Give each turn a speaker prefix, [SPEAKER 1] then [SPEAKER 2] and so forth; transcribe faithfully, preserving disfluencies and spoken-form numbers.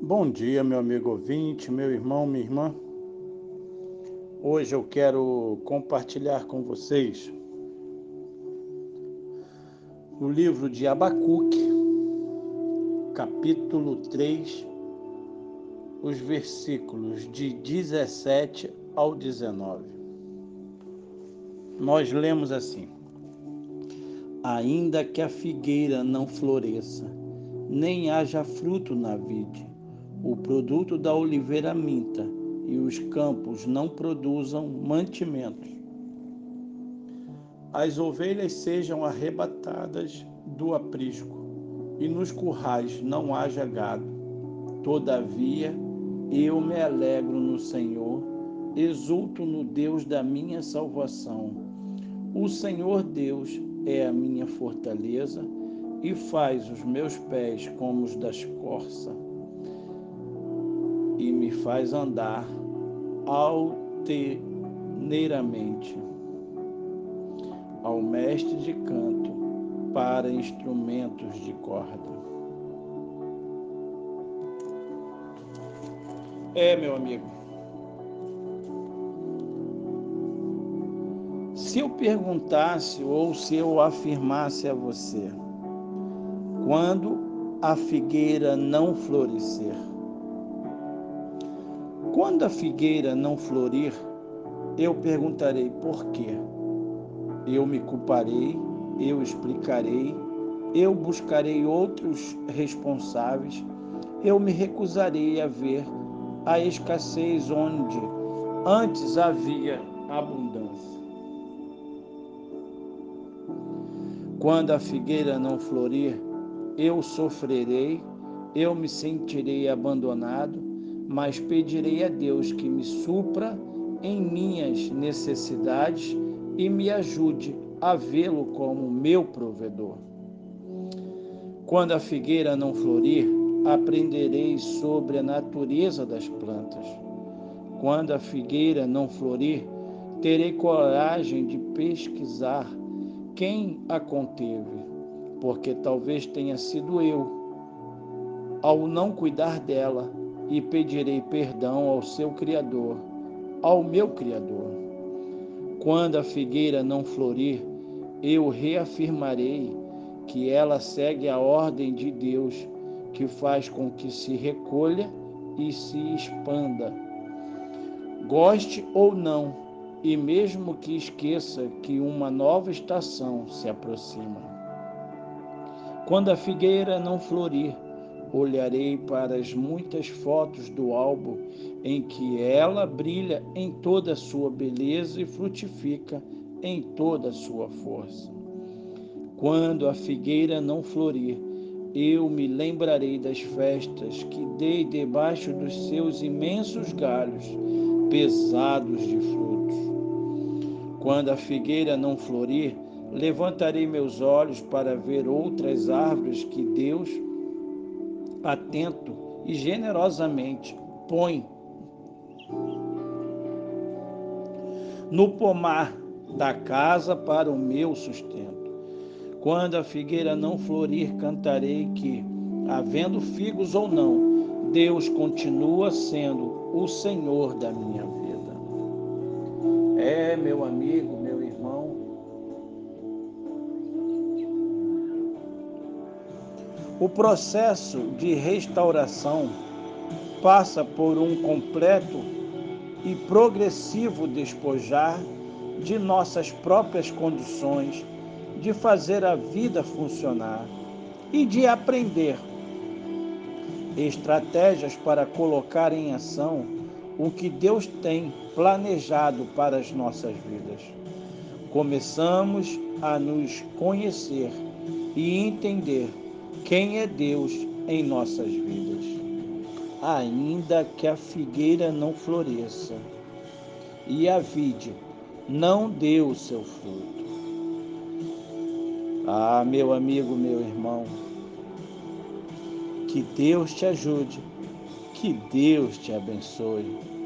[SPEAKER 1] Bom dia, meu amigo ouvinte, meu irmão, minha irmã. Hoje eu quero compartilhar com vocês o livro de Abacuque, capítulo três, os versículos de dezessete ao dezenove. Nós lemos assim: Ainda que a figueira não floresça, nem haja fruto na vide, o produto da oliveira minta, e os campos não produzam mantimentos. As ovelhas sejam arrebatadas do aprisco, e nos currais não haja gado. Todavia, eu me alegro no Senhor, exulto no Deus da minha salvação. O Senhor Deus é a minha fortaleza, e faz os meus pés como os das corças, e me faz andar altaneiramente ao mestre de canto para instrumentos de corda. É, meu amigo, se eu perguntasse ou se eu afirmasse a você, quando a figueira não florescer, quando a figueira não florir, eu perguntarei por quê. Eu me culparei, eu explicarei, eu buscarei outros responsáveis, eu me recusarei a ver a escassez onde antes havia abundância. Quando a figueira não florir, eu sofrerei, eu me sentirei abandonado, mas pedirei a Deus que me supra em minhas necessidades e me ajude a vê-lo como meu provedor. Quando a figueira não florir, aprenderei sobre a natureza das plantas. Quando a figueira não florir, terei coragem de pesquisar quem a conteve, porque talvez tenha sido eu, ao não cuidar dela, e pedirei perdão ao seu Criador, ao meu Criador. Quando a figueira não florir, eu reafirmarei que ela segue a ordem de Deus, que faz com que se recolha e se expanda. Goste ou não, e mesmo que esqueça que uma nova estação se aproxima. Quando a figueira não florir, olharei para as muitas fotos do álbum em que ela brilha em toda a sua beleza e frutifica em toda a sua força. Quando a figueira não florir, eu me lembrarei das festas que dei debaixo dos seus imensos galhos, pesados de frutos. Quando a figueira não florir, levantarei meus olhos para ver outras árvores que Deus, atento e generosamente, põe no pomar da casa para o meu sustento. Quando a figueira não florir, cantarei que, havendo figos ou não, Deus continua sendo o Senhor da minha vida. É, meu amigo, meu irmão, o processo de restauração passa por um completo e progressivo despojar de nossas próprias condições de fazer a vida funcionar e de aprender estratégias para colocar em ação o que Deus tem planejado para as nossas vidas. Começamos a nos conhecer e entender quem é Deus em nossas vidas. Ainda que a figueira não floresça e a vide não dê o seu fruto. Ah, meu amigo, meu irmão, que Deus te ajude, que Deus te abençoe.